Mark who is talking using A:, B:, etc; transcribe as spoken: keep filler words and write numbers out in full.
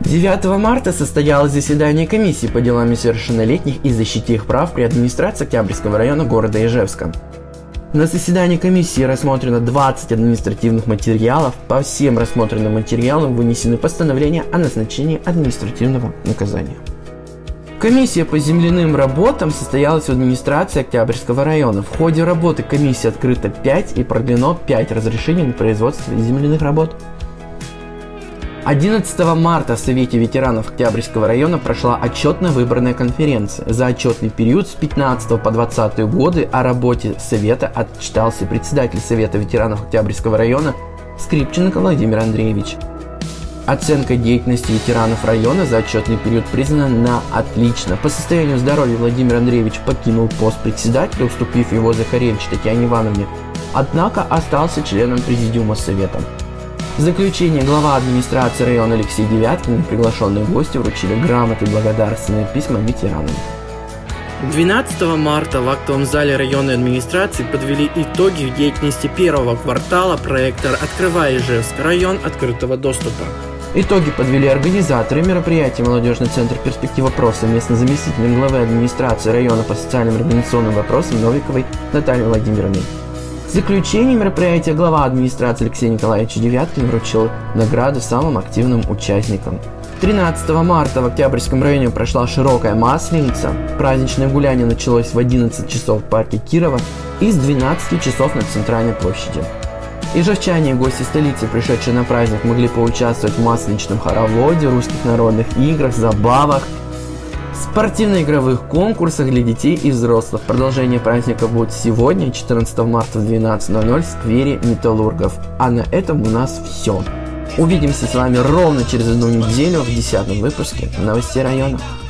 A: девятого марта состоялось заседание комиссии по делам несовершеннолетних и защите их прав при администрации Октябрьского района города Ижевска. На заседании комиссии рассмотрено двадцать административных материалов. По всем рассмотренным материалам вынесены постановления о назначении административного наказания. Комиссия по земляным работам состоялась в администрации Октябрьского района. В ходе работы комиссии открыто пять и продлено пять разрешений на производство земляных работ. одиннадцатого марта в Совете ветеранов Октябрьского района прошла отчетная выборная конференция. За отчетный период с пятнадцатого по двадцатый годы о работе Совета отчитался председатель Совета ветеранов Октябрьского района Скрипченко Владимир Андреевич. Оценка деятельности ветеранов района за отчетный период признана на отлично. По состоянию здоровья Владимир Андреевич покинул пост председателя, уступив его Захаревич Татьяне Ивановне, однако остался членом президиума Совета. В заключение глава администрации района Алексей Девяткин и приглашенные гости вручили грамоты и благодарственные письма ветеранам.
B: двенадцатого марта в актовом зале районной администрации подвели итоги деятельности первого квартала проекта «Открывай Ижевск. Район открытого доступа».
A: Итоги подвели организаторы мероприятия «Молодежный центр перспектива ПРО» совместно с заместителем главы администрации района по социальным и организационным вопросам Новиковой Натальей Владимировной. В заключение мероприятия глава администрации Алексей Николаевич Девяткин вручил награды самым активным участникам. тринадцатого марта в Октябрьском районе прошла широкая Масленица. Праздничное гуляние началось в одиннадцать часов в парке Кирова и с двенадцати часов на Центральной площади. Ижевчане и гости столицы, пришедшие на праздник, могли поучаствовать в масленичном хороводе, русских народных играх, забавах, спортивно-игровых конкурсах для детей и взрослых. Продолжение праздника будет сегодня, четырнадцатого марта в двенадцать ноль ноль в сквере Металлургов. А на этом у нас все. Увидимся с вами ровно через одну неделю в десятом выпуске новостей района.